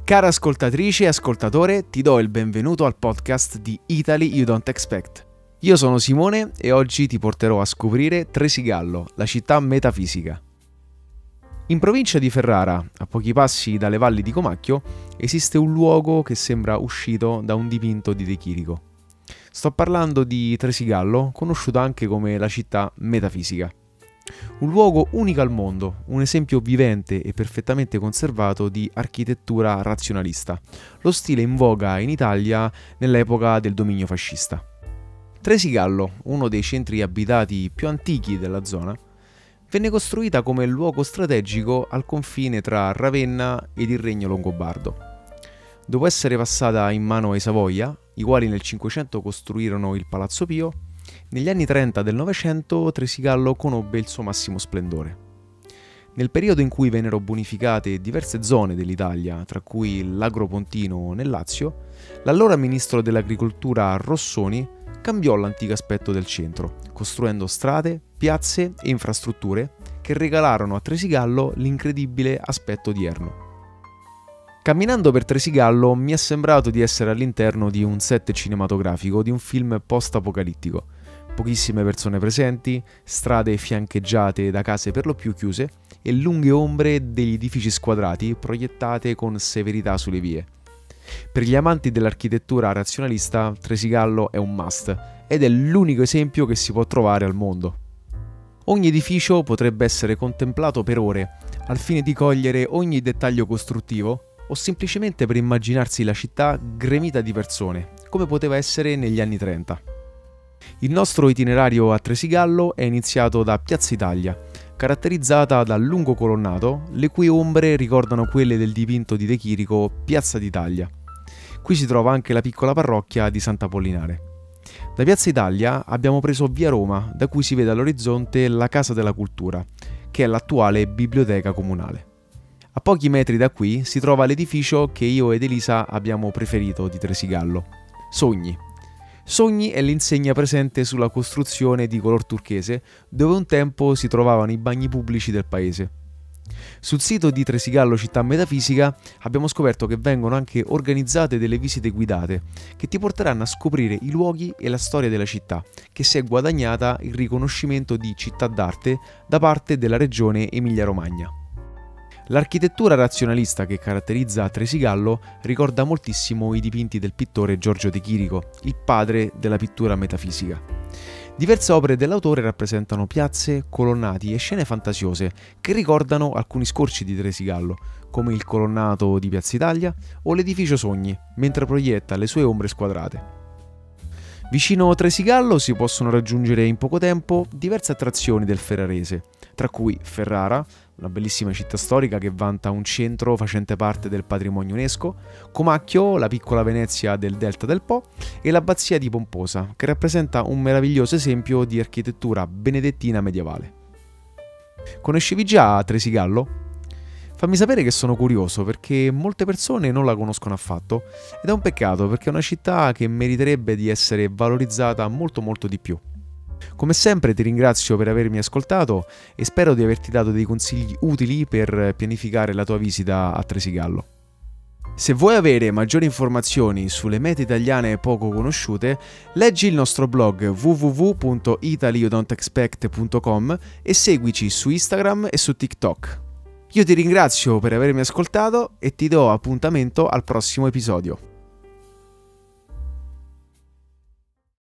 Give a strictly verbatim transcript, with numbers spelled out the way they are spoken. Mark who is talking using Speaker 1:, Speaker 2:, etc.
Speaker 1: Cara ascoltatrice e ascoltatore, ti do il benvenuto al podcast di Italy You Don't Expect. Io sono Simone e oggi ti porterò a scoprire Tresigallo, la città metafisica. In provincia di Ferrara, a pochi passi dalle valli di Comacchio, esiste un luogo che sembra uscito da un dipinto di De Chirico. Sto parlando di Tresigallo, conosciuto anche come la città metafisica. Un luogo unico al mondo, un esempio vivente e perfettamente conservato di architettura razionalista, lo stile in voga in Italia nell'epoca del dominio fascista. Tresigallo, uno dei centri abitati più antichi della zona, venne costruita come luogo strategico al confine tra Ravenna ed il Regno Longobardo. Dopo essere passata in mano ai Savoia, i quali nel Cinquecento costruirono il Palazzo Pio, negli anni trenta del Novecento Tresigallo conobbe il suo massimo splendore. Nel periodo in cui vennero bonificate diverse zone dell'Italia, tra cui l'Agropontino nel Lazio, l'allora ministro dell'Agricoltura Rossoni cambiò l'antico aspetto del centro, costruendo strade, piazze e infrastrutture che regalarono a Tresigallo l'incredibile aspetto odierno. Camminando per Tresigallo mi è sembrato di essere all'interno di un set cinematografico di un film post-apocalittico. Pochissime persone presenti, strade fiancheggiate da case per lo più chiuse e lunghe ombre degli edifici squadrati proiettate con severità sulle vie. Per gli amanti dell'architettura razionalista, Tresigallo è un must ed è l'unico esempio che si può trovare al mondo. Ogni edificio potrebbe essere contemplato per ore, al fine di cogliere ogni dettaglio costruttivo o semplicemente per immaginarsi la città gremita di persone, come poteva essere negli anni trenta. Il nostro itinerario a Tresigallo è iniziato da Piazza Italia, caratterizzata dal lungo colonnato, le cui ombre ricordano quelle del dipinto di De Chirico Piazza d'Italia. Qui si trova anche la piccola parrocchia di Sant'Apollinare. Da Piazza Italia abbiamo preso via Roma, da cui si vede all'orizzonte la Casa della Cultura, che è l'attuale biblioteca comunale. A pochi metri da qui si trova l'edificio che io ed Elisa abbiamo preferito di Tresigallo, Sogni. Sogni è l'insegna presente sulla costruzione di color turchese dove un tempo si trovavano i bagni pubblici del paese. Sul sito di Tresigallo Città Metafisica abbiamo scoperto che vengono anche organizzate delle visite guidate che ti porteranno a scoprire i luoghi e la storia della città, che si è guadagnata il riconoscimento di città d'arte da parte della regione Emilia-Romagna. L'architettura razionalista che caratterizza Tresigallo ricorda moltissimo i dipinti del pittore Giorgio De Chirico, il padre della pittura metafisica. Diverse opere dell'autore rappresentano piazze, colonnati e scene fantasiose che ricordano alcuni scorci di Tresigallo, come il colonnato di Piazza Italia o l'edificio Sogni, mentre proietta le sue ombre squadrate. Vicino Tresigallo si possono raggiungere in poco tempo diverse attrazioni del ferrarese, tra cui Ferrara, una bellissima città storica che vanta un centro facente parte del patrimonio UNESCO, Comacchio, la piccola Venezia del Delta del Po, e l'abbazia di Pomposa, che rappresenta un meraviglioso esempio di architettura benedettina medievale. Conoscevi già Tresigallo? Fammi sapere che sono curioso perché molte persone non la conoscono affatto ed è un peccato perché è una città che meriterebbe di essere valorizzata molto molto di più. Come sempre ti ringrazio per avermi ascoltato e spero di averti dato dei consigli utili per pianificare la tua visita a Tresigallo. Se vuoi avere maggiori informazioni sulle mete italiane poco conosciute, leggi il nostro blog w w w punto italy you don't expect punto com e seguici su Instagram e su TikTok. Io ti ringrazio per avermi ascoltato e ti do appuntamento al prossimo episodio.